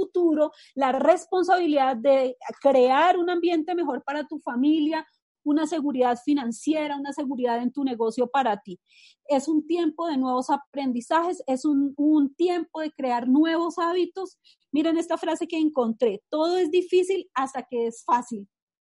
futuro la responsabilidad de crear un ambiente mejor para tu familia, una seguridad financiera, una seguridad en tu negocio para ti. Es un tiempo de nuevos aprendizajes, es un tiempo de crear nuevos hábitos. Miren esta frase que encontré: todo es difícil hasta que es fácil.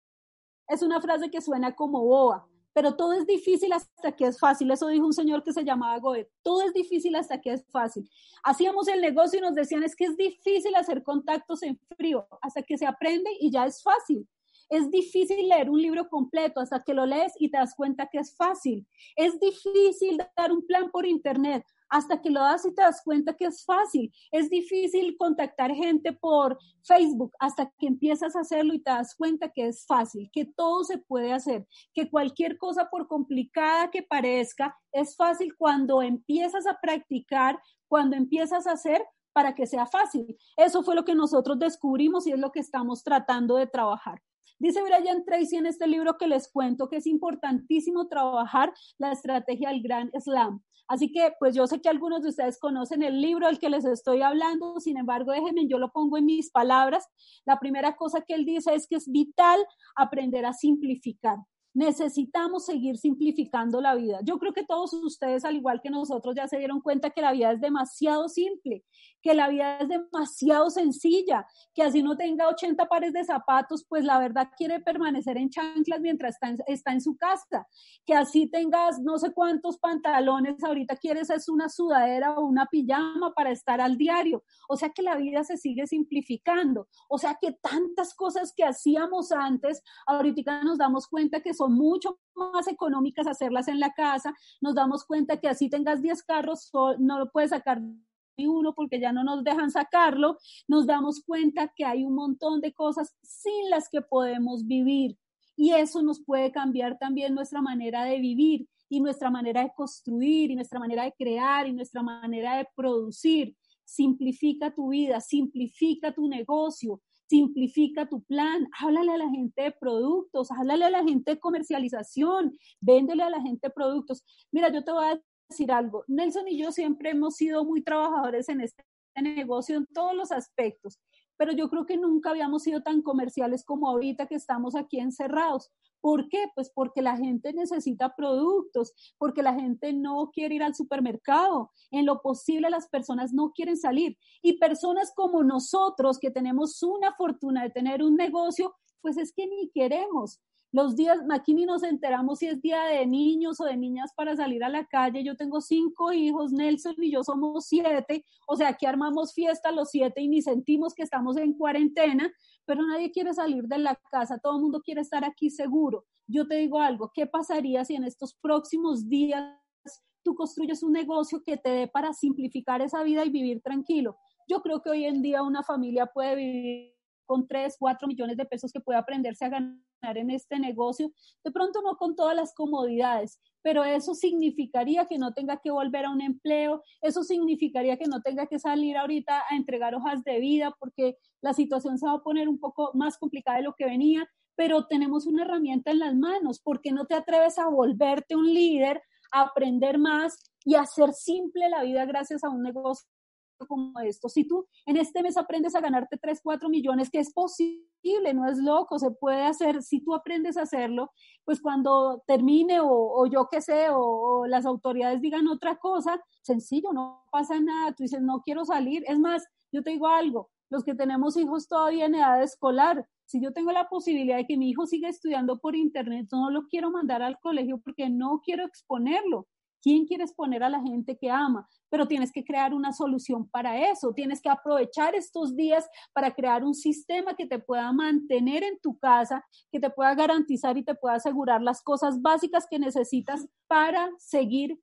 Es una frase que suena como boba, pero todo es difícil hasta que es fácil. Eso dijo un señor que se llamaba Goethe. Todo es difícil hasta que es fácil. Hacíamos el negocio y nos decían, es que es difícil hacer contactos en frío, hasta que se aprende y ya es fácil. Es difícil leer un libro completo hasta que lo lees y te das cuenta que es fácil. Es difícil dar un plan por internet hasta que lo das y te das cuenta que es fácil. Es difícil contactar gente por Facebook hasta que empiezas a hacerlo y te das cuenta que es fácil, que todo se puede hacer, que cualquier cosa, por complicada que parezca, es fácil cuando empiezas a practicar, cuando empiezas a hacer para que sea fácil. Eso fue lo que nosotros descubrimos y es lo que estamos tratando de trabajar. Dice Brian Tracy en este libro que les cuento que es importantísimo trabajar la estrategia del Gran Slam. Así que, pues yo sé que algunos de ustedes conocen el libro del que les estoy hablando, sin embargo, déjenme, yo lo pongo en mis palabras. La primera cosa que él dice es que es vital aprender a simplificar. Necesitamos seguir simplificando la vida. Yo creo que todos ustedes, al igual que nosotros, ya se dieron cuenta que la vida es demasiado simple, que la vida es demasiado sencilla, que así no tenga 80 pares de zapatos, pues la verdad quiere permanecer en chanclas mientras está en su casa, que así tengas no sé cuántos pantalones, ahorita quieres es una sudadera o una pijama para estar al diario. O sea que la vida se sigue simplificando. O sea que tantas cosas que hacíamos antes, ahorita nos damos cuenta que son mucho más económicas hacerlas en la casa. Nos damos cuenta que así tengas 10 carros, no lo puedes sacar ni uno porque ya no nos dejan sacarlo. Nos damos cuenta que hay un montón de cosas sin las que podemos vivir y eso nos puede cambiar también nuestra manera de vivir y nuestra manera de construir y nuestra manera de crear y nuestra manera de producir. Simplifica tu vida, simplifica tu negocio, simplifica tu plan, háblale a la gente de productos, háblale a la gente de comercialización, véndele a la gente productos. Mira, yo te voy a decir algo, Nelson y yo siempre hemos sido muy trabajadores en este negocio en todos los aspectos, pero yo creo que nunca habíamos sido tan comerciales como ahorita que estamos aquí encerrados. ¿Por qué? Pues porque la gente necesita productos, porque la gente no quiere ir al supermercado. En lo posible las personas no quieren salir. Y personas como nosotros que tenemos una fortuna de tener un negocio, pues es que ni queremos. Los días, aquí ni nos enteramos si es día de niños o de niñas para salir a la calle. Yo tengo 5 hijos, Nelson y yo somos 7, o sea, que armamos fiesta los 7 y ni sentimos que estamos en cuarentena, pero nadie quiere salir de la casa, todo el mundo quiere estar aquí seguro. Yo te digo algo, ¿qué pasaría si en estos próximos días tú construyes un negocio que te dé para simplificar esa vida y vivir tranquilo? Yo creo que hoy en día una familia puede vivir con 3, 4 millones de pesos que puede aprenderse a ganar en este negocio, de pronto no con todas las comodidades, pero eso significaría que no tenga que volver a un empleo, eso significaría que no tenga que salir ahorita a entregar hojas de vida porque la situación se va a poner un poco más complicada de lo que venía, pero tenemos una herramienta en las manos. ¿Por qué no te atreves a volverte un líder, a aprender más y a hacer simple la vida gracias a un negocio como esto? Si tú en este mes aprendes a ganarte 3, 4 millones, que es posible, no es loco, se puede hacer, si tú aprendes a hacerlo, pues cuando termine o yo qué sé, o las autoridades digan otra cosa, sencillo, no pasa nada, tú dices, no quiero salir. Es más, yo te digo algo, los que tenemos hijos todavía en edad escolar, si yo tengo la posibilidad de que mi hijo siga estudiando por internet, no lo quiero mandar al colegio porque no quiero exponerlo. ¿Quién quiere exponer a la gente que ama? Pero tienes que crear una solución para eso. Tienes que aprovechar estos días para crear un sistema que te pueda mantener en tu casa, que te pueda garantizar y te pueda asegurar las cosas básicas que necesitas para seguir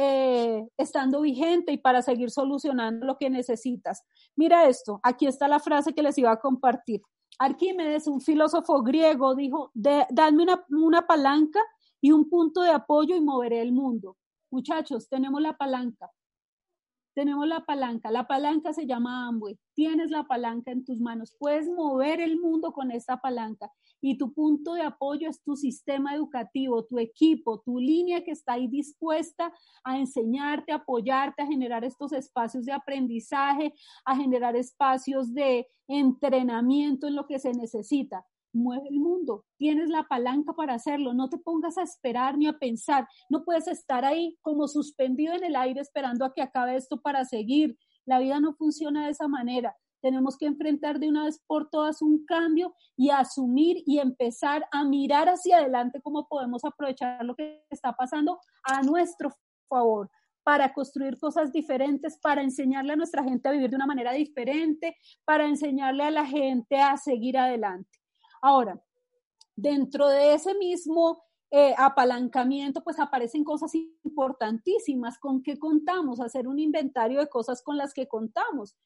estando vigente y para seguir solucionando lo que necesitas. Mira esto, aquí está la frase que les iba a compartir. Arquímedes, un filósofo griego, dijo, dadme una palanca y un punto de apoyo y moveré el mundo. Muchachos, tenemos la palanca. tenemos la palanca se llama Amway, tienes la palanca en tus manos, puedes mover el mundo con esta palanca y tu punto de apoyo es tu sistema educativo, tu equipo, tu línea que está ahí dispuesta a enseñarte, a apoyarte, a generar estos espacios de aprendizaje, a generar espacios de entrenamiento en lo que se necesita. Mueve el mundo, tienes la palanca para hacerlo, no te pongas a esperar ni a pensar, no puedes estar ahí como suspendido en el aire esperando a que acabe esto para seguir, la vida no funciona de esa manera, tenemos que enfrentar de una vez por todas un cambio y asumir y empezar a mirar hacia adelante cómo podemos aprovechar lo que está pasando a nuestro favor, para construir cosas diferentes, para enseñarle a nuestra gente a vivir de una manera diferente, para enseñarle a la gente a seguir adelante. Ahora, dentro de ese mismo apalancamiento, pues aparecen cosas importantísimas. ¿Con qué contamos? Hacer un inventario de cosas con las que contamos.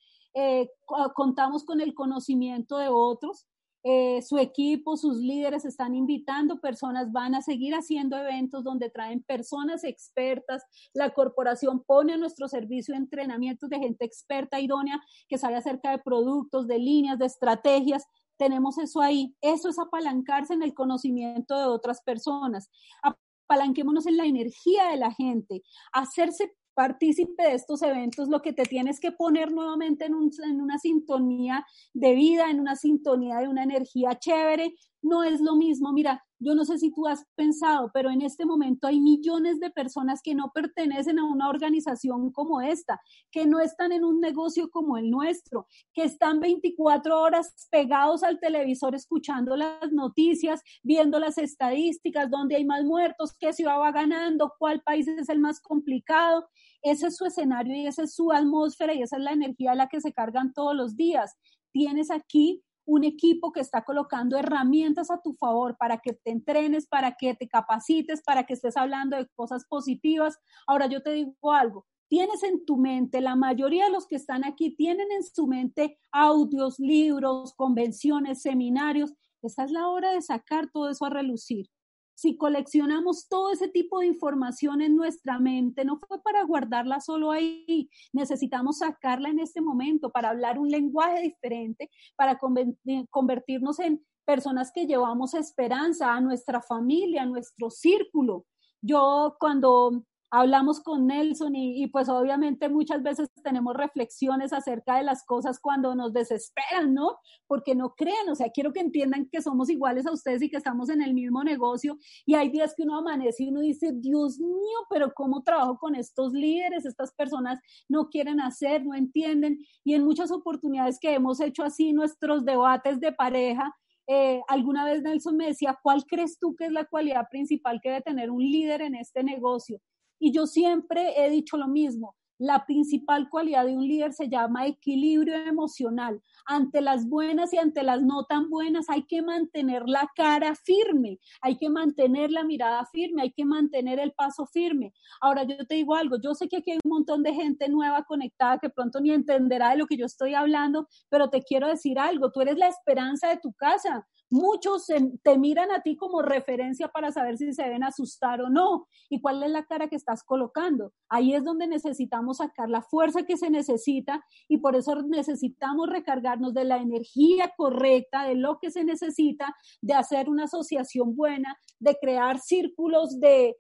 Contamos con el conocimiento de otros. Su equipo, sus líderes están invitando personas, van a seguir haciendo eventos donde traen personas expertas. La corporación pone a nuestro servicio entrenamientos de gente experta, idónea, que sabe acerca de productos, de líneas, de estrategias. Tenemos eso ahí. Eso es apalancarse en el conocimiento de otras personas. Apalanquémonos en la energía de la gente. Hacerse partícipe de estos eventos, lo que te tienes que poner nuevamente en una sintonía de vida, en una sintonía de una energía chévere, no es lo mismo. Mira, yo no sé si tú has pensado, pero en este momento hay millones de personas que no pertenecen a una organización como esta, que no están en un negocio como el nuestro, que están 24 horas pegados al televisor escuchando las noticias, viendo las estadísticas, dónde hay más muertos, qué ciudad va ganando, cuál país es el más complicado. Ese es su escenario y esa es su atmósfera y esa es la energía a la que se cargan todos los días. Tienes aquí un equipo que está colocando herramientas a tu favor para que te entrenes, para que te capacites, para que estés hablando de cosas positivas. Ahora yo te digo algo, tienes en tu mente, la mayoría de los que están aquí tienen en su mente audios, libros, convenciones, seminarios. Esa es la hora de sacar todo eso a relucir. Si coleccionamos todo ese tipo de información en nuestra mente, no fue para guardarla solo ahí, necesitamos sacarla en este momento para hablar un lenguaje diferente, para convertirnos en personas que llevamos esperanza a nuestra familia, a nuestro círculo. Yo cuando hablamos con Nelson y pues obviamente muchas veces tenemos reflexiones acerca de las cosas cuando nos desesperan, ¿no? Porque no creen, o sea, quiero que entiendan que somos iguales a ustedes y que estamos en el mismo negocio y hay días que uno amanece y uno dice, Dios mío, pero ¿cómo trabajo con estos líderes? Estas personas no quieren hacer, no entienden y en muchas oportunidades que hemos hecho así nuestros debates de pareja, alguna vez Nelson me decía, ¿cuál crees tú que es la cualidad principal que debe tener un líder en este negocio? Y yo siempre he dicho lo mismo, la principal cualidad de un líder se llama equilibrio emocional. Ante las buenas y ante las no tan buenas hay que mantener la cara firme, hay que mantener la mirada firme, hay que mantener el paso firme. Ahora yo te digo algo, yo sé que aquí hay un montón de gente nueva conectada que pronto ni entenderá de lo que yo estoy hablando, pero te quiero decir algo, tú eres la esperanza de tu casa. Muchos te miran a ti como referencia para saber si se deben asustar o no y cuál es la cara que estás colocando. Ahí es donde necesitamos sacar la fuerza que se necesita y por eso necesitamos recargarnos de la energía correcta, de lo que se necesita, de hacer una asociación buena, de crear círculos de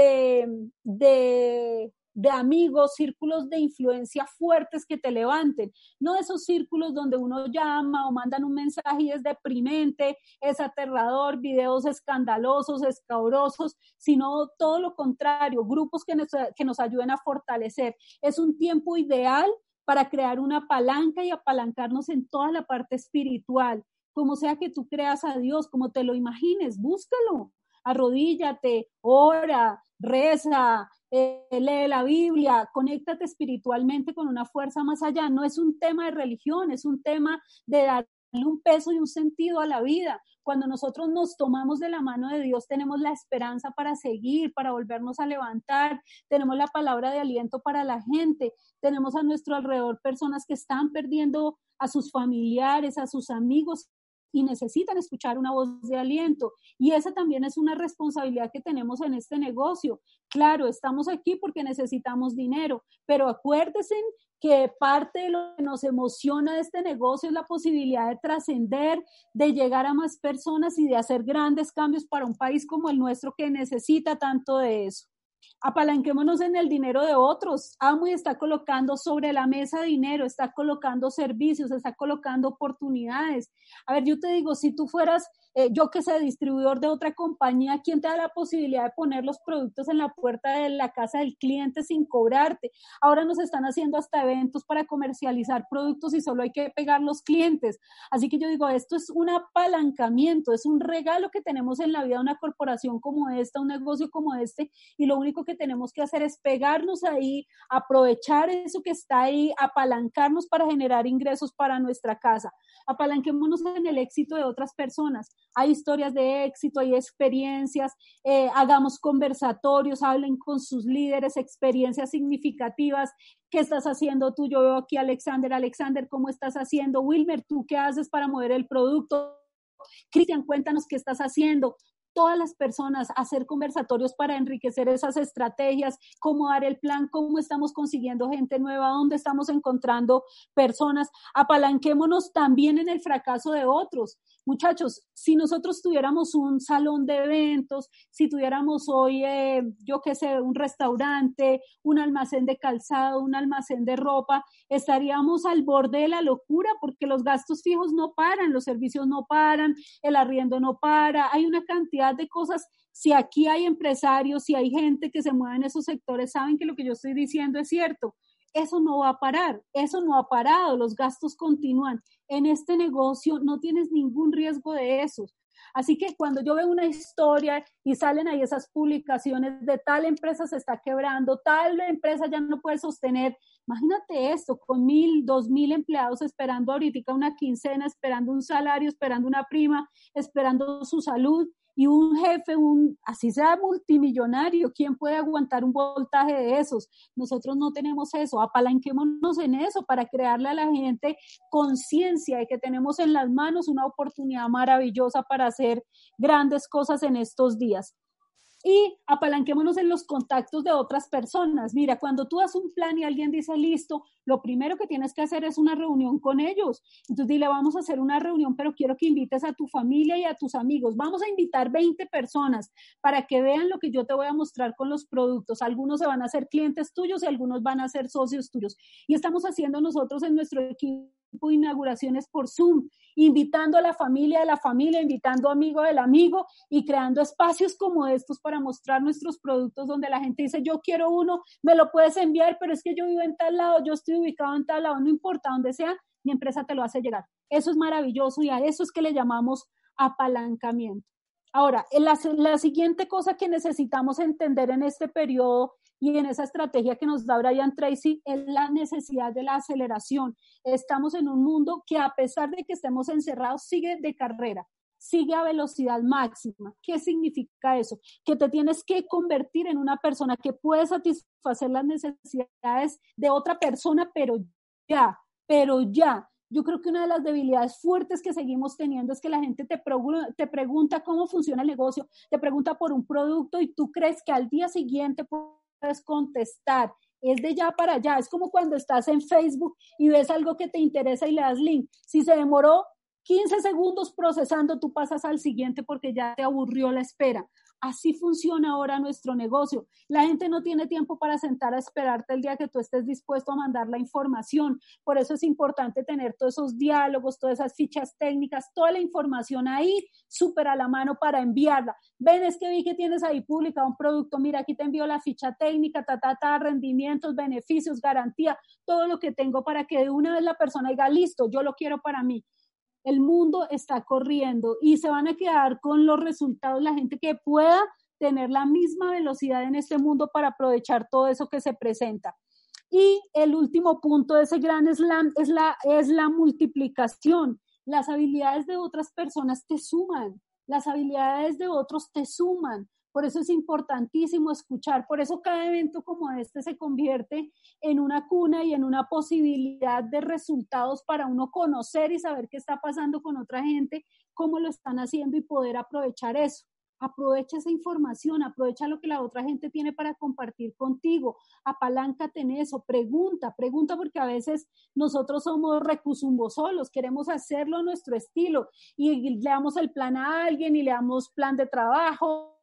amigos, círculos de influencia fuertes que te levanten, no esos círculos donde uno llama o mandan un mensaje y es deprimente, es aterrador, videos escandalosos, escabrosos, sino todo lo contrario, grupos que nos ayuden a fortalecer. Es un tiempo ideal para crear una palanca y apalancarnos en toda la parte espiritual, como sea que tú creas a Dios, como te lo imagines, búscalo, arrodíllate, ora, reza, lee la Biblia, conéctate espiritualmente con una fuerza más allá. No es un tema de religión, es un tema de darle un peso y un sentido a la vida. Cuando nosotros nos tomamos de la mano de Dios, tenemos la esperanza para seguir, para volvernos a levantar, tenemos la palabra de aliento para la gente, tenemos a nuestro alrededor personas que están perdiendo a sus familiares, a sus amigos y necesitan escuchar una voz de aliento. Y esa también es una responsabilidad que tenemos en este negocio. Claro, estamos aquí porque necesitamos dinero, pero acuérdense que parte de lo que nos emociona de este negocio es la posibilidad de trascender, de llegar a más personas y de hacer grandes cambios para un país como el nuestro que necesita tanto de eso. Apalanquémonos en el dinero de otros. Amway está colocando sobre la mesa dinero, está colocando servicios, está colocando oportunidades. A ver, yo te digo, si tú fueras, yo que sé, distribuidor de otra compañía, ¿quién te da la posibilidad de poner los productos en la puerta de la casa del cliente sin cobrarte? Ahora nos están haciendo hasta eventos para comercializar productos y solo hay que pegar los clientes. Así que yo digo, esto es un apalancamiento, es un regalo que tenemos en la vida de una corporación como esta, un negocio como este, y lo único que tenemos que hacer es pegarnos ahí, aprovechar eso que está ahí, apalancarnos para generar ingresos para nuestra casa. Apalanquémonos en el éxito de otras personas. Hay historias de éxito, hay experiencias, hagamos conversatorios, hablen con sus líderes, experiencias significativas. ¿Qué estás haciendo tú? Yo veo aquí a Alexander. Alexander, ¿cómo estás haciendo? Wilmer, ¿tú qué haces para mover el producto? Cristian, cuéntanos qué estás haciendo. Todas las personas, hacer conversatorios para enriquecer esas estrategias, cómo dar el plan, cómo estamos consiguiendo gente nueva, dónde estamos encontrando personas. Apalanquémonos también en el fracaso de otros. Muchachos, si nosotros tuviéramos un salón de eventos, si tuviéramos hoy, yo qué sé, un restaurante, un almacén de calzado, un almacén de ropa, estaríamos al borde de la locura porque los gastos fijos no paran, los servicios no paran, el arriendo no para, hay una cantidad de cosas. Si aquí hay empresarios, si hay gente que se mueve en esos sectores, saben que lo que yo estoy diciendo es cierto. Eso no va a parar, eso no ha parado, los gastos continúan. En este negocio no tienes ningún riesgo de esos. Así que cuando yo veo una historia y salen ahí esas publicaciones de tal empresa se está quebrando, tal empresa ya no puede sostener, imagínate esto, con 1,000, 2,000 empleados esperando ahorita una quincena, esperando un salario, esperando una prima, esperando su salud. Y un jefe, así sea multimillonario, ¿quién puede aguantar un voltaje de esos? Nosotros no tenemos eso, apalanquémonos en eso para crearle a la gente conciencia de que tenemos en las manos una oportunidad maravillosa para hacer grandes cosas en estos días. Y apalanquémonos en los contactos de otras personas. Mira, cuando tú haces un plan y alguien dice listo, lo primero que tienes que hacer es una reunión con ellos. Entonces dile, vamos a hacer una reunión, pero quiero que invites a tu familia y a tus amigos. Vamos a invitar 20 personas para que vean lo que yo te voy a mostrar con los productos. Algunos se van a hacer clientes tuyos y algunos van a ser socios tuyos. Y estamos haciendo nosotros en nuestro equipo inauguraciones por Zoom, invitando a la familia de la familia, invitando amigo del amigo y creando espacios como estos para mostrar nuestros productos donde la gente dice, yo quiero uno, me lo puedes enviar, pero es que yo vivo en tal lado, yo estoy ubicado en tal lado, no importa dónde sea, mi empresa te lo hace llegar. Eso es maravilloso y a eso es que le llamamos apalancamiento. Ahora, la siguiente cosa que necesitamos entender en este periodo y en esa estrategia que nos da Brian Tracy es la necesidad de la aceleración. Estamos en un mundo que a pesar de que estemos encerrados, sigue de carrera, sigue a velocidad máxima. ¿Qué significa eso? Que te tienes que convertir en una persona que puede satisfacer las necesidades de otra persona, pero ya. Yo creo que una de las debilidades fuertes que seguimos teniendo es que la gente te pregunta cómo funciona el negocio, te pregunta por un producto y tú crees que al día siguiente puedes contestar. Es de ya para allá. Es como cuando estás en Facebook y ves algo que te interesa y le das link. Si se demoró 15 segundos procesando, tú pasas al siguiente porque ya te aburrió la espera. Así funciona ahora nuestro negocio. La gente no tiene tiempo para sentar a esperarte el día que tú estés dispuesto a mandar la información. Por eso es importante tener todos esos diálogos, todas esas fichas técnicas, toda la información ahí, súper a la mano para enviarla. Ven, es que vi que tienes ahí publicado un producto. Mira, aquí te envío la ficha técnica, rendimientos, beneficios, garantía, todo lo que tengo para que de una vez la persona diga, listo, yo lo quiero para mí. El mundo está corriendo y se van a quedar con los resultados la gente que pueda tener la misma velocidad en este mundo para aprovechar todo eso que se presenta. Y el último punto de ese gran slam es la multiplicación. Las habilidades de otras personas te suman, las habilidades de otros te suman. Por eso es importantísimo escuchar, por eso cada evento como este se convierte en una cuna y en una posibilidad de resultados para uno conocer y saber qué está pasando con otra gente, cómo lo están haciendo y poder aprovechar eso. Aprovecha esa información, aprovecha lo que la otra gente tiene para compartir contigo, apaláncate en eso, pregunta porque a veces nosotros somos recusumbosolos, queremos hacerlo a nuestro estilo y le damos el plan a alguien y le damos plan de trabajo,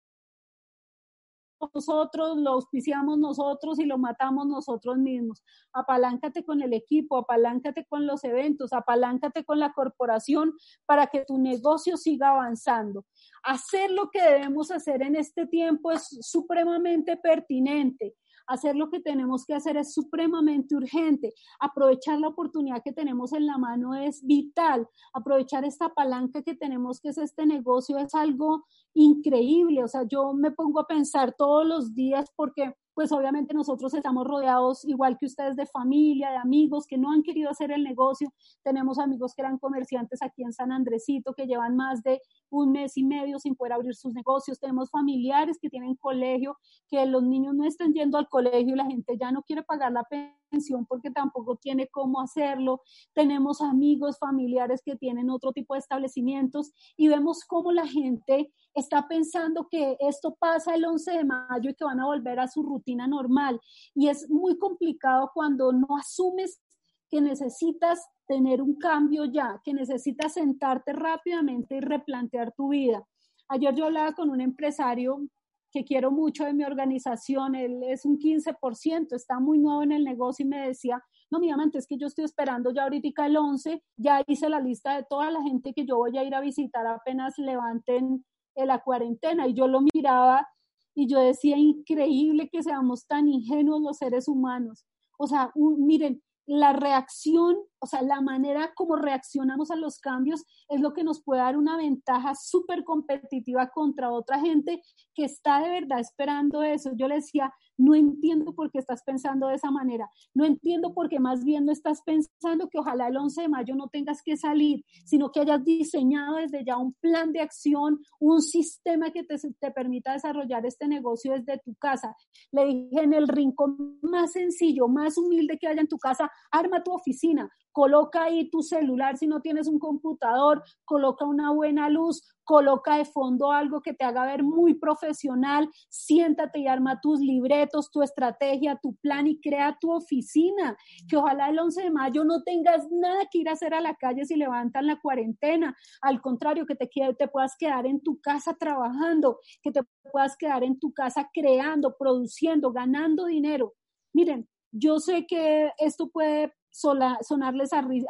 nosotros, lo auspiciamos nosotros y lo matamos nosotros mismos. Apaláncate con el equipo, apaláncate con los eventos, apaláncate con la corporación para que tu negocio siga avanzando. Hacer lo que debemos hacer en este tiempo es supremamente pertinente. Hacer lo que tenemos que hacer es supremamente urgente. Aprovechar la oportunidad que tenemos en la mano es vital. Aprovechar esta palanca que tenemos, que es este negocio, es algo increíble. O sea, yo me pongo a pensar todos los días porque pues obviamente nosotros estamos rodeados, igual que ustedes, de familia, de amigos que no han querido hacer el negocio. Tenemos amigos que eran comerciantes aquí en San Andresito, que llevan más de un mes y medio sin poder abrir sus negocios. Tenemos familiares que tienen colegio, que los niños no están yendo al colegio y la gente ya no quiere pagar la pensión porque tampoco tiene cómo hacerlo. Tenemos amigos, familiares que tienen otro tipo de establecimientos y vemos cómo la gente está pensando que esto pasa el 11 de mayo y que van a volver a su rutina normal. Y es muy complicado cuando no asumes que necesitas tener un cambio ya, que necesitas sentarte rápidamente y replantear tu vida. Ayer yo hablaba con un empresario que quiero mucho de mi organización, él es un 15%, está muy nuevo en el negocio y me decía, no, mi amante, es que yo estoy esperando ya ahorita el 11, ya hice la lista de toda la gente que yo voy a ir a visitar apenas levanten la cuarentena. Y yo lo miraba y yo decía, increíble que seamos tan ingenuos los seres humanos. O sea, miren, la reacción, o sea, la manera como reaccionamos a los cambios es lo que nos puede dar una ventaja súper competitiva contra otra gente que está de verdad esperando eso. Yo le decía, no entiendo por qué estás pensando de esa manera, no entiendo por qué más bien no estás pensando que ojalá el 11 de mayo no tengas que salir, sino que hayas diseñado desde ya un plan de acción, un sistema que te permita desarrollar este negocio desde tu casa. Le dije, en el rincón más sencillo, más humilde que haya en tu casa, arma tu oficina, coloca ahí tu celular si no tienes un computador, coloca una buena luz, coloca de fondo algo que te haga ver muy profesional, siéntate y arma tus libretos, tu estrategia, tu plan y crea tu oficina, que ojalá el 11 de mayo no tengas nada que ir a hacer a la calle si levantan la cuarentena, al contrario, que te puedas quedar en tu casa trabajando, que te puedas quedar en tu casa creando, produciendo, ganando dinero. Miren, yo sé que esto puede sonarles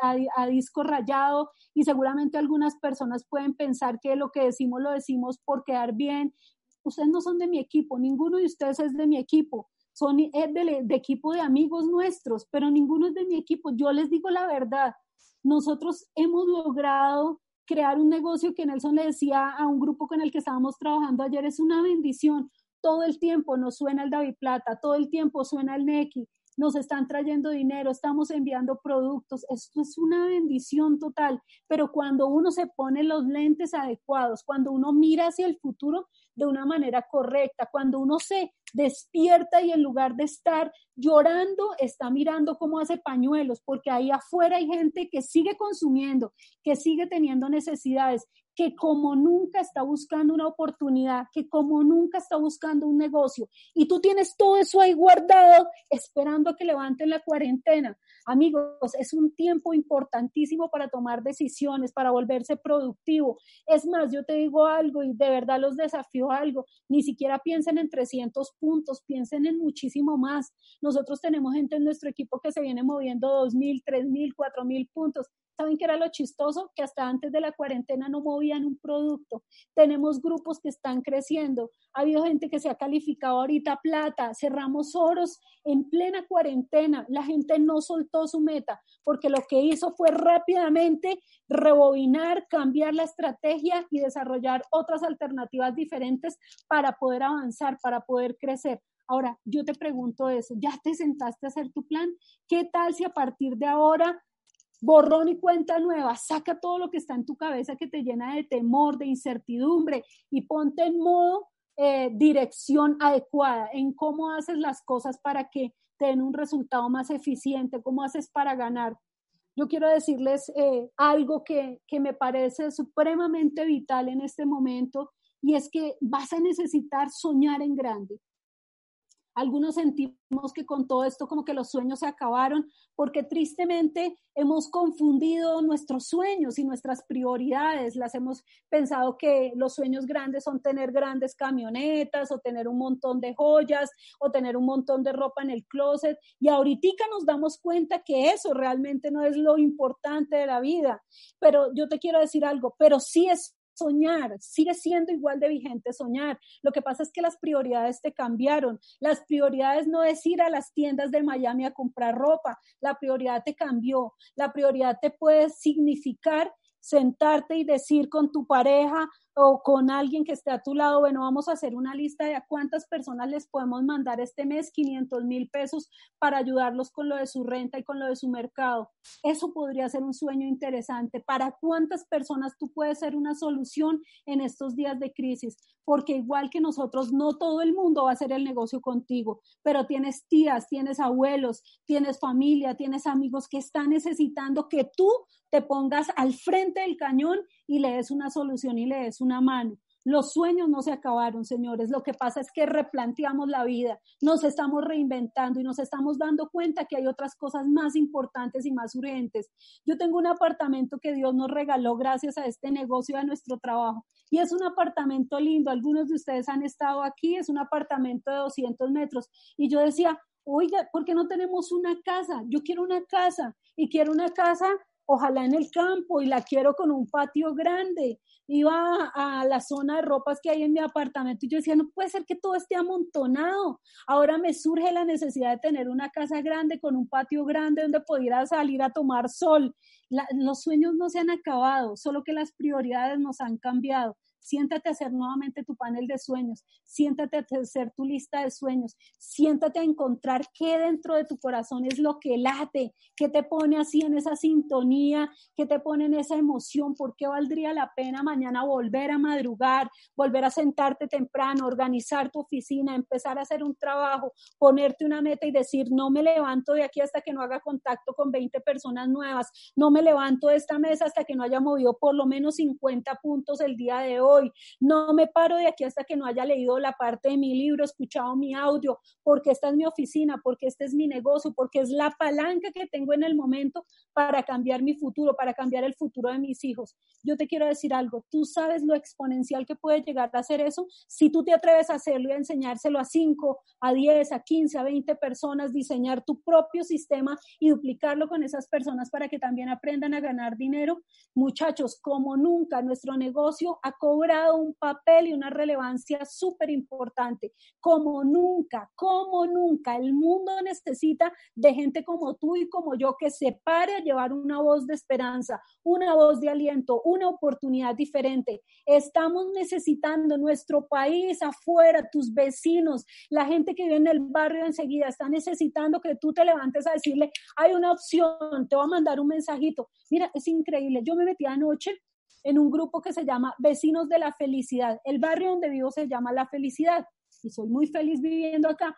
a disco rayado y seguramente algunas personas pueden pensar que lo que decimos lo decimos por quedar bien. Ustedes no son de mi equipo, ninguno de ustedes es de mi equipo, son de equipo de amigos nuestros, pero ninguno es de mi equipo. Yo les digo la verdad, nosotros hemos logrado crear un negocio que Nelson le decía a un grupo con el que estábamos trabajando ayer, es una bendición. Todo el tiempo nos suena el David Plata, todo el tiempo suena el Nequi, nos están trayendo dinero, estamos enviando productos, esto es una bendición total, pero cuando uno se pone los lentes adecuados, cuando uno mira hacia el futuro de una manera correcta, cuando uno se despierta y en lugar de estar llorando, está mirando cómo hace pañuelos, porque ahí afuera hay gente que sigue consumiendo, que sigue teniendo necesidades, que como nunca está buscando una oportunidad, que como nunca está buscando un negocio, y tú tienes todo eso ahí guardado, esperando a que levanten la cuarentena. Amigos, es un tiempo importantísimo para tomar decisiones, para volverse productivo. Es más, yo te digo algo y de verdad los desafío a algo, ni siquiera piensen en 300 puntos, piensen en muchísimo más. Nosotros tenemos gente en nuestro equipo que se viene moviendo 2,000, 3,000, 4,000 puntos. ¿Saben qué era lo chistoso? Que hasta antes de la cuarentena no movían un producto. Tenemos grupos que están creciendo. Ha habido gente que se ha calificado ahorita plata. Cerramos oros en plena cuarentena. La gente no soltó su meta porque lo que hizo fue rápidamente rebobinar, cambiar la estrategia y desarrollar otras alternativas diferentes para poder avanzar, para poder crecer. Ahora, yo te pregunto eso, ¿ya te sentaste a hacer tu plan? ¿Qué tal si a partir de ahora borrón y cuenta nueva, saca todo lo que está en tu cabeza que te llena de temor, de incertidumbre y ponte en modo dirección adecuada, en cómo haces las cosas para que te den un resultado más eficiente, cómo haces para ganar. Yo quiero decirles algo que me parece supremamente vital en este momento, y es que vas a necesitar soñar en grande. Algunos sentimos que con todo esto como que los sueños se acabaron, porque tristemente hemos confundido nuestros sueños y nuestras prioridades. Las hemos pensado que los sueños grandes son tener grandes camionetas o tener un montón de joyas o tener un montón de ropa en el closet, y ahorita nos damos cuenta que eso realmente no es lo importante de la vida. Pero yo te quiero decir algo, pero sí es soñar, sigue siendo igual de vigente soñar. Lo que pasa es que las prioridades te cambiaron. Las prioridades no es ir a las tiendas de Miami a comprar ropa. La prioridad te cambió. La prioridad te puede significar sentarte y decir con tu pareja o con alguien que esté a tu lado, bueno, vamos a hacer una lista de a cuántas personas les podemos mandar este mes 500,000 pesos para ayudarlos con lo de su renta y con lo de su mercado. Eso podría ser un sueño interesante. ¿Para cuántas personas tú puedes ser una solución en estos días de crisis? Porque igual que nosotros, no todo el mundo va a hacer el negocio contigo, pero tienes tías, tienes abuelos, tienes familia, tienes amigos que están necesitando que tú te pongas al frente del cañón y le des una solución y le des una mano. Los sueños no se acabaron, señores. Lo que pasa es que replanteamos la vida, nos estamos reinventando y nos estamos dando cuenta que hay otras cosas más importantes y más urgentes. Yo tengo un apartamento que Dios nos regaló gracias a este negocio, a nuestro trabajo, y es un apartamento lindo. Algunos de ustedes han estado aquí, es un apartamento de 200 metros. Y yo decía, oiga, ¿por qué no tenemos una casa? Yo quiero una casa y quiero una casa ojalá en el campo, y la quiero con un patio grande. Iba a la zona de ropas que hay en mi apartamento y yo decía, no puede ser que todo esté amontonado. Ahora me surge la necesidad de tener una casa grande con un patio grande donde pudiera salir a tomar sol. Los sueños no se han acabado, solo que las prioridades nos han cambiado. Siéntate a hacer nuevamente tu panel de sueños, siéntate a hacer tu lista de sueños, siéntate a encontrar qué dentro de tu corazón es lo que late, qué te pone así en esa sintonía, qué te pone en esa emoción. ¿Por qué valdría la pena mañana volver a madrugar, volver a sentarte temprano, organizar tu oficina, empezar a hacer un trabajo, ponerte una meta y decir, no me levanto de aquí hasta que no haga contacto con 20 personas nuevas, no me levanto de esta mesa hasta que no haya movido por lo menos 50 puntos el día de hoy? No me paro de aquí hasta que no haya leído la parte de mi libro, escuchado mi audio, porque esta es mi oficina, porque este es mi negocio, porque es la palanca que tengo en el momento para cambiar mi futuro, para cambiar el futuro de mis hijos. Yo te quiero decir algo, tú sabes lo exponencial que puede llegar a hacer eso si tú te atreves a hacerlo y a enseñárselo a 5, a 10, a 15, a 20 personas, diseñar tu propio sistema y duplicarlo con esas personas para que también aprendan a ganar dinero. Muchachos, como nunca, nuestro negocio ha cobrado un papel y una relevancia súper importante. Como nunca, el mundo necesita de gente como tú y como yo que se pare a llevar una voz de esperanza, una voz de aliento, una oportunidad diferente. Estamos necesitando nuestro país afuera, tus vecinos, la gente que vive en el barrio enseguida, está necesitando que tú te levantes a decirle, hay una opción, te voy a mandar un mensajito. Mira, es increíble. Yo me metí anoche en un grupo que se llama Vecinos de la Felicidad. El barrio donde vivo se llama La Felicidad y soy muy feliz viviendo acá.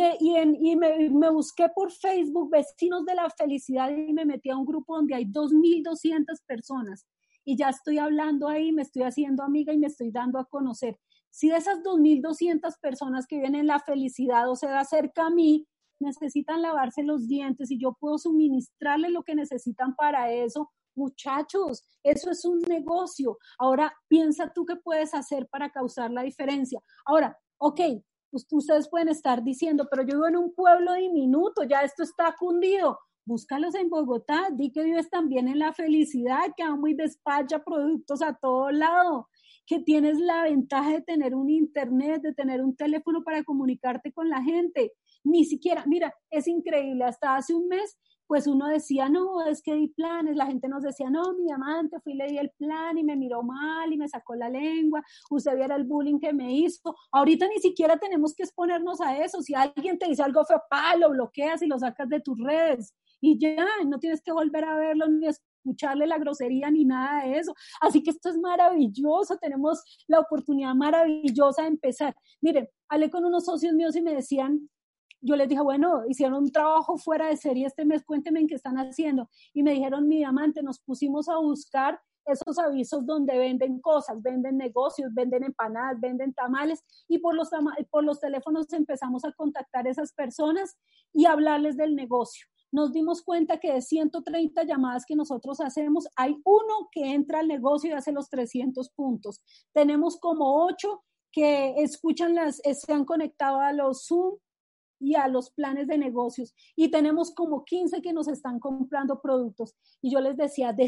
Y me busqué por Facebook Vecinos de la Felicidad y me metí a un grupo donde hay 2,200 personas. Y ya estoy hablando ahí, me estoy haciendo amiga y me estoy dando a conocer. Si de esas 2,200 personas que viven en la felicidad o sea cerca a mí, necesitan lavarse los dientes y yo puedo suministrarles lo que necesitan para eso, muchachos, eso es un negocio. Ahora piensa tú qué puedes hacer para causar la diferencia. Ahora, ok, ustedes pueden estar diciendo, pero yo vivo en un pueblo diminuto, ya esto está cundido. Búscalos en Bogotá, di que vives también en la felicidad, que amo y despacha productos a todo lado, que tienes la ventaja de tener un internet, de tener un teléfono para comunicarte con la gente. Ni siquiera, mira, es increíble, hasta hace un mes pues uno decía, no, es que di planes, la gente nos decía, no, mi amante, fui y le di el plan y me miró mal y me sacó la lengua, usted viera el bullying que me hizo. Ahorita ni siquiera tenemos que exponernos a eso. Si alguien te dice algo feo, lo bloqueas y lo sacas de tus redes y ya, no tienes que volver a verlo ni escucharle la grosería ni nada de eso. Así que esto es maravilloso, tenemos la oportunidad maravillosa de empezar. Miren, hablé con unos socios míos y me decían, yo les dije, bueno, hicieron un trabajo fuera de serie este mes, cuéntenme en qué están haciendo. Y me dijeron, mi diamante, nos pusimos a buscar esos avisos donde venden cosas, venden negocios, venden empanadas, venden tamales, y por los teléfonos empezamos a contactar a esas personas y hablarles del negocio. Nos dimos cuenta que de 130 llamadas que nosotros hacemos, hay uno que entra al negocio y hace los 300 puntos. Tenemos como 8 que escuchan se han conectado a los Zoom y a los planes de negocios, y tenemos como 15 que nos están comprando productos. Y yo les decía, de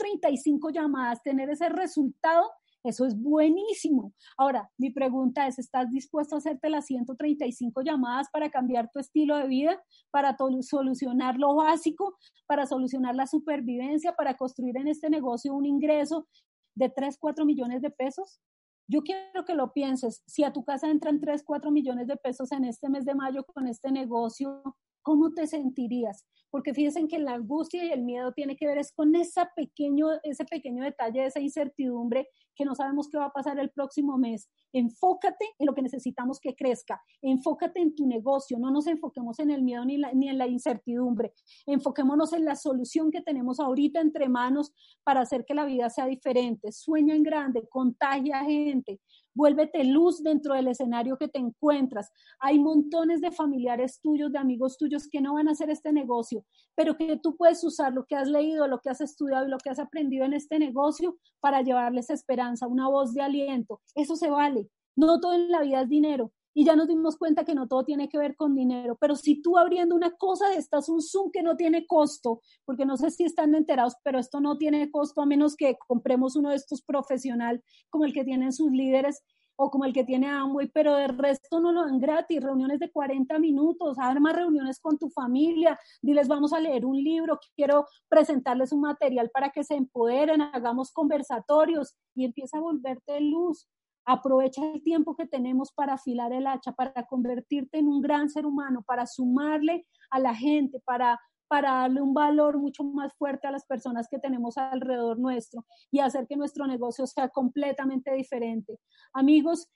135 llamadas, tener ese resultado, eso es buenísimo. Ahora, mi pregunta es, ¿estás dispuesto a hacerte las 135 llamadas para cambiar tu estilo de vida, para solucionar lo básico, para solucionar la supervivencia, para construir en este negocio un ingreso de 3, 4 millones de pesos? Yo quiero que lo pienses. Si a tu casa entran 3, 4 millones de pesos en este mes de mayo con este negocio, ¿cómo te sentirías? Porque fíjense que la angustia y el miedo tiene que ver es con ese pequeño detalle, esa incertidumbre que no sabemos qué va a pasar el próximo mes. Enfócate en lo que necesitamos que crezca. Enfócate en tu negocio. No nos enfoquemos en el miedo ni en la incertidumbre. Enfoquémonos en la solución que tenemos ahorita entre manos para hacer que la vida sea diferente. Sueña en grande, contagia a gente. Vuélvete luz dentro del escenario que te encuentras. Hay montones de familiares tuyos, de amigos tuyos que no van a hacer este negocio, pero que tú puedes usar lo que has leído, lo que has estudiado y lo que has aprendido en este negocio para llevarles esperanza, una voz de aliento. Eso se vale. No todo en la vida es dinero. Y ya nos dimos cuenta que no todo tiene que ver con dinero, pero si tú abriendo una cosa de estas, un Zoom que no tiene costo, porque no sé si están enterados, pero esto no tiene costo a menos que compremos uno de estos profesional como el que tienen sus líderes o como el que tiene Amway, pero de resto no lo dan gratis, reuniones de 40 minutos, arma reuniones con tu familia, diles vamos a leer un libro, quiero presentarles un material para que se empoderen, hagamos conversatorios y empieza a volverte luz. Aprovecha el tiempo que tenemos para afilar el hacha, para convertirte en un gran ser humano, para sumarle a la gente, para darle un valor mucho más fuerte a las personas que tenemos alrededor nuestro y hacer que nuestro negocio sea completamente diferente. Amigos,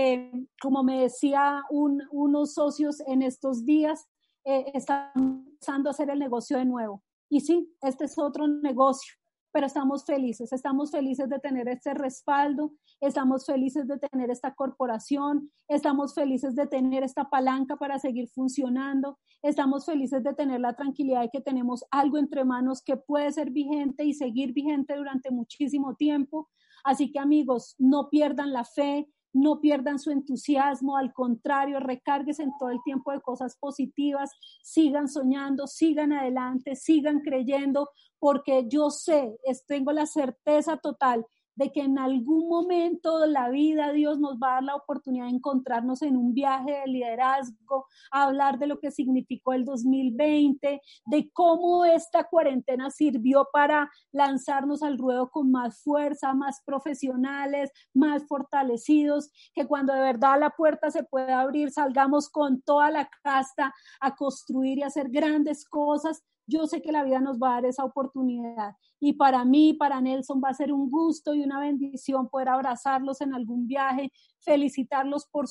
como me decía unos socios en estos días, están empezando a hacer el negocio de nuevo. Y sí, este es otro negocio, pero estamos felices de tener este respaldo, estamos felices de tener esta corporación, estamos felices de tener esta palanca para seguir funcionando, estamos felices de tener la tranquilidad de que tenemos algo entre manos que puede ser vigente y seguir vigente durante muchísimo tiempo. Así que amigos, no pierdan la fe, no pierdan su entusiasmo, al contrario, recárguense en todo el tiempo de cosas positivas, sigan soñando, sigan adelante, sigan creyendo, porque yo sé, tengo la certeza total de que en algún momento de la vida Dios nos va a dar la oportunidad de encontrarnos en un viaje de liderazgo, a hablar de lo que significó el 2020, de cómo esta cuarentena sirvió para lanzarnos al ruedo con más fuerza, más profesionales, más fortalecidos, que cuando de verdad la puerta se pueda abrir, salgamos con toda la casta a construir y hacer grandes cosas. Yo sé que la vida nos va a dar esa oportunidad y para mí, para Nelson, va a ser un gusto y una bendición poder abrazarlos en algún viaje, felicitarlos por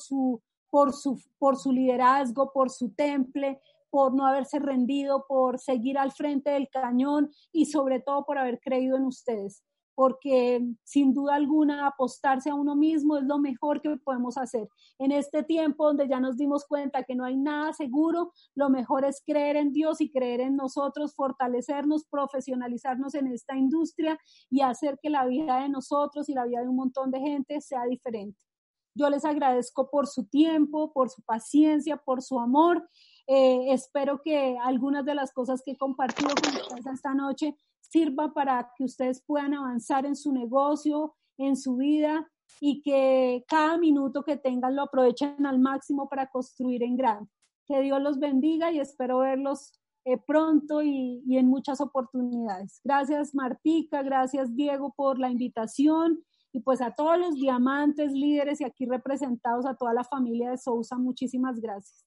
su liderazgo, por su temple, por no haberse rendido, por seguir al frente del cañón y sobre todo por haber creído en ustedes. Porque sin duda alguna apostarse a uno mismo es lo mejor que podemos hacer. En este tiempo donde ya nos dimos cuenta que no hay nada seguro, lo mejor es creer en Dios y creer en nosotros, fortalecernos, profesionalizarnos en esta industria y hacer que la vida de nosotros y la vida de un montón de gente sea diferente. Yo les agradezco por su tiempo, por su paciencia, por su amor. Espero que algunas de las cosas que he compartido con ustedes esta noche sirva para que ustedes puedan avanzar en su negocio, en su vida y que cada minuto que tengan lo aprovechen al máximo para construir en grande. Que Dios los bendiga y espero verlos pronto y en muchas oportunidades. Gracias Martica, gracias Diego por la invitación y pues a todos los diamantes, líderes y aquí representados, a toda la familia de Sousa, muchísimas gracias.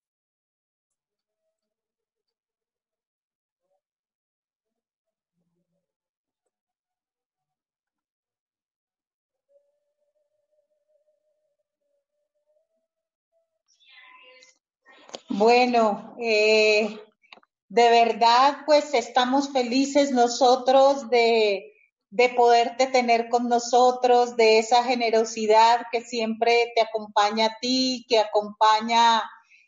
Bueno, de verdad, pues estamos felices nosotros de poderte tener con nosotros, de esa generosidad que siempre te acompaña a ti, que acompaña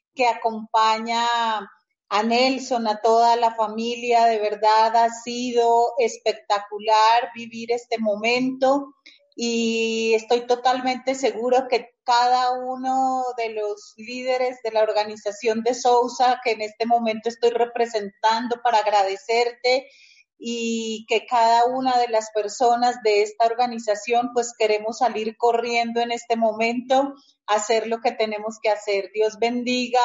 a Nelson, a toda la familia. De verdad ha sido espectacular vivir este momento y estoy totalmente seguro que cada uno de los líderes de la organización de Sousa, que en este momento estoy representando para agradecerte, y que cada una de las personas de esta organización pues queremos salir corriendo en este momento a hacer lo que tenemos que hacer. Dios bendiga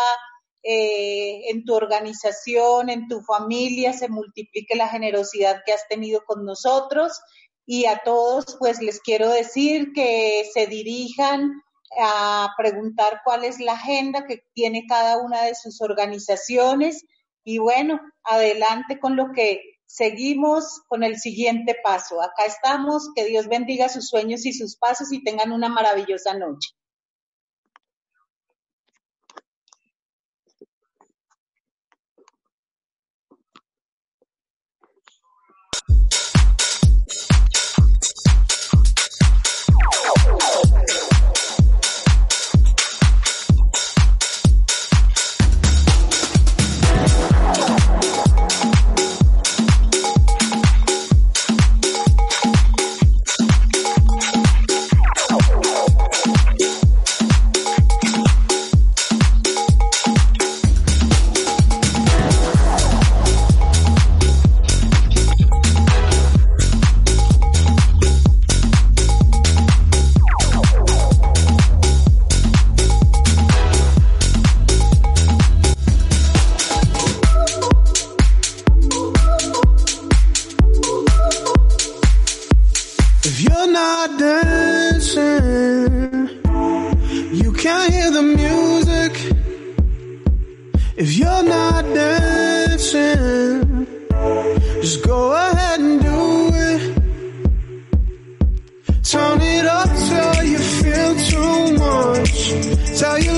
en tu organización, en tu familia, se multiplique la generosidad que has tenido con nosotros, y a todos pues les quiero decir que se dirijan a preguntar cuál es la agenda que tiene cada una de sus organizaciones, y bueno, adelante con lo que seguimos con el siguiente paso. Acá estamos, que Dios bendiga sus sueños y sus pasos y tengan una maravillosa noche. Turn it up till you feel too much. Tell your